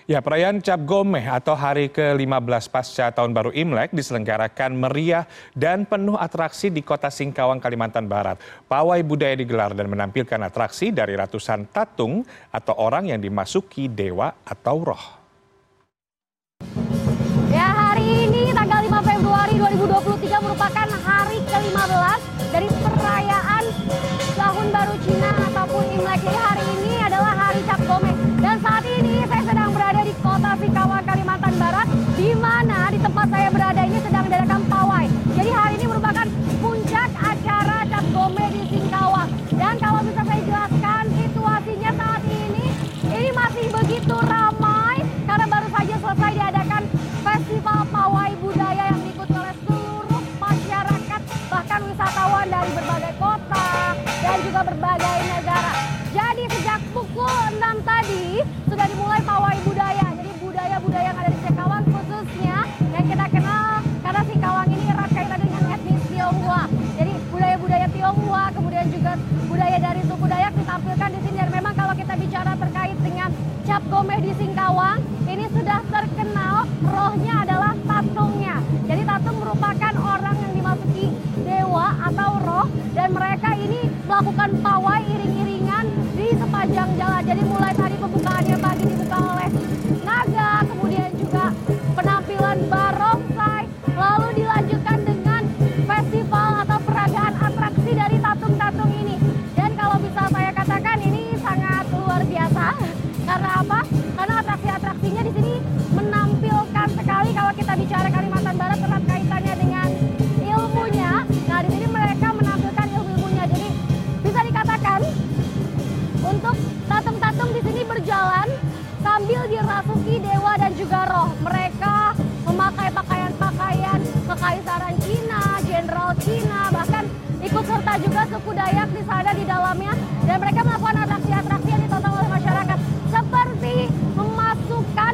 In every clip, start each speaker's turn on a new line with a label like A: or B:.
A: Ya, perayaan Cap Gomeh atau hari ke-15 pasca Tahun Baru Imlek diselenggarakan meriah dan penuh atraksi di Kota Singkawang, Kalimantan Barat. Pawai budaya digelar dan menampilkan atraksi dari ratusan tatung atau orang yang dimasuki dewa atau roh.
B: Ya, hari ini tanggal 5 Februari 2023 merupakan hari ke-15 dari perayaan Tahun Baru Cina ataupun Imlek. Jadi hari ini adalah hari Cap Gomeh. Dan saat ini saya sedang berada di Kota Singkawang, Kalimantan Barat, di mana di tempat saya berada ini sedang diadakan pawai. Jadi hari ini merupakan puncak acara Cap Gomeh di Singkawang. Dan kalau bisa saya jelaskan situasinya saat ini masih begitu ramai karena baru saja selesai diadakan festival pawai budaya yang diikuti oleh seluruh masyarakat, bahkan wisatawan dari berbagai kota dan juga berbagai negara. Jadi sejak pukul 6 tadi sudah dimulai pawai budaya. Jadi budaya-budaya yang ada di Singkawang khususnya yang kita kenal karena Singkawang ini erat kaitan dengan etnis Tionghoa. Jadi budaya-budaya Tionghoa, kemudian juga budaya dari suku Dayak ditampilkan di sini. Dan memang kalau kita bicara terkait dengan Cap Gomeh di Singkawang, ini sudah terkenal rohnya adalah tatungnya. Jadi tatung merupakan orang yang dimasuki dewa atau roh, dan mereka ini melakukan pawai iring-iringan di sepanjang jalan. Jadi mulai tadi pembukaannya pagi dibuka oleh naga, kemudian juga penampilan barongsai, lalu dilanjutkan dengan festival atau peragaan atraksi dari tatung-tatung ini. Dan kalau bisa saya katakan ini sangat luar biasa. Karena apa? Karena atraksi-atraksinya di sini menampilkan sekali. Kalau kita bicara Kalimantan Barat erat kaitannya dengan ilmunya. Nah, di sini mereka menampilkan ilmu-ilmunya. Jadi bisa dikatakan untuk tatung-tatung di sini berjalan sambil dirasuki dewa dan juga roh. Mereka memakai pakaian-pakaian kekaisaran Cina, jenderal Cina, bahkan ikut serta juga suku Dayak di sana di dalamnya. Dan mereka melakukan atraksi-atraksi yang ditonton oleh masyarakat. Seperti memasukkan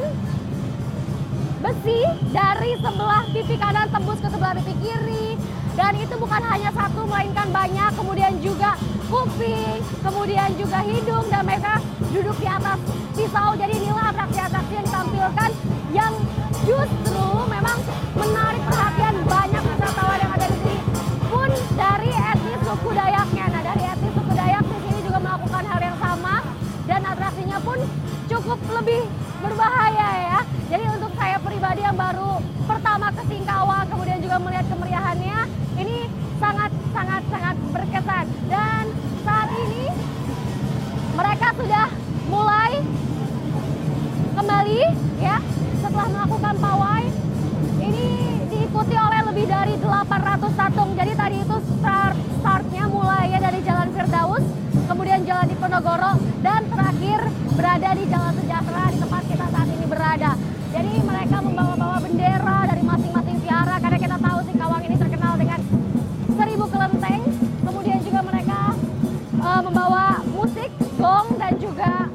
B: besi dari sebelah pipi kanan tembus ke sebelah pipi kiri. Dan itu bukan hanya satu, melainkan banyak. Kemudian juga kuping, kemudian juga hidung. Dan mereka duduk di atas pisau. Jadi inilah atraksi-atraksi yang ditampilkan yang justru memang menarik perhatian banyak wisatawan yang ada di sini. Pun dari etnis suku Dayaknya. Nah, dari etnis suku Dayak di sini juga melakukan hal yang sama. Dan atraksinya pun cukup lebih berbahaya ya. Jadi untuk saya pribadi yang baru pertama ke Singkawang, kemudian juga melihat kemeriahannya, ini sangat berkesan. Dan saat ini mereka sudah mulai kembali ya setelah melakukan pawai. Ini diikuti oleh lebih dari 800 tatung. Jadi tadi itu startnya mulai ya dari Jalan Firdaus, kemudian Jalan Diponegoro, dan terakhir berada di Jalan Sejahtera di tempat kita saat ini berada. Jadi mereka membawa-bawa bendera dari masing-masing vihara karena kita tahu Singkawang ini terkenal dengan 1000 kelenteng. Kemudian juga mereka membawa musik, gong, dan juga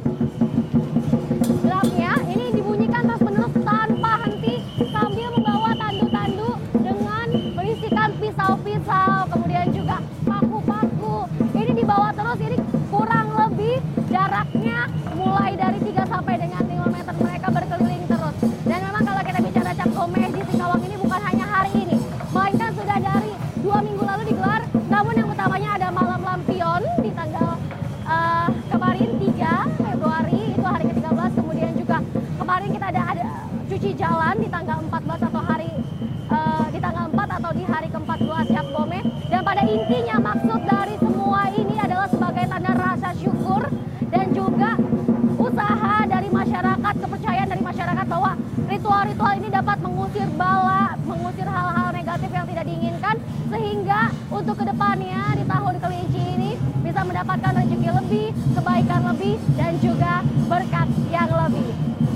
B: drumnya. Ini dibunyikan terus-menerus tanpa henti sambil membawa tandu-tandu dengan berisikan pisau-pisau, kemudian juga paku-paku. Ini dibawa terus, ini kurang lebih jaraknya mulai dari 3 sampai dengan 5 meter. Mereka berkeliling terus. Dan memang kalau kita bicara Cap Gomeh di Singkawang ini bukan hanya hari ini, melainkan sudah dari 2 minggu lalu digelar. Namun yang utamanya ada malam lampion di tanggal kemarin 3 Februari, itu hari ke-13. Kemudian juga kemarin kita ada cuci jalan di tanggal 14 atau di tanggal 4 atau di hari ke-14 Cap Gomeh. Dan pada intinya maksud dari semua ini adalah sebagai tanda rasa syukur dan juga usaha dari masyarakat, kepercayaan dari masyarakat bahwa ritual-ritual ini dapat mengusir bala, mengusir hal-hal negatif yang tidak diinginkan, sehingga untuk kedepannya di tahun kelinci ini bisa mendapatkan rezeki lebih, kebaikan lebih, dan juga berkat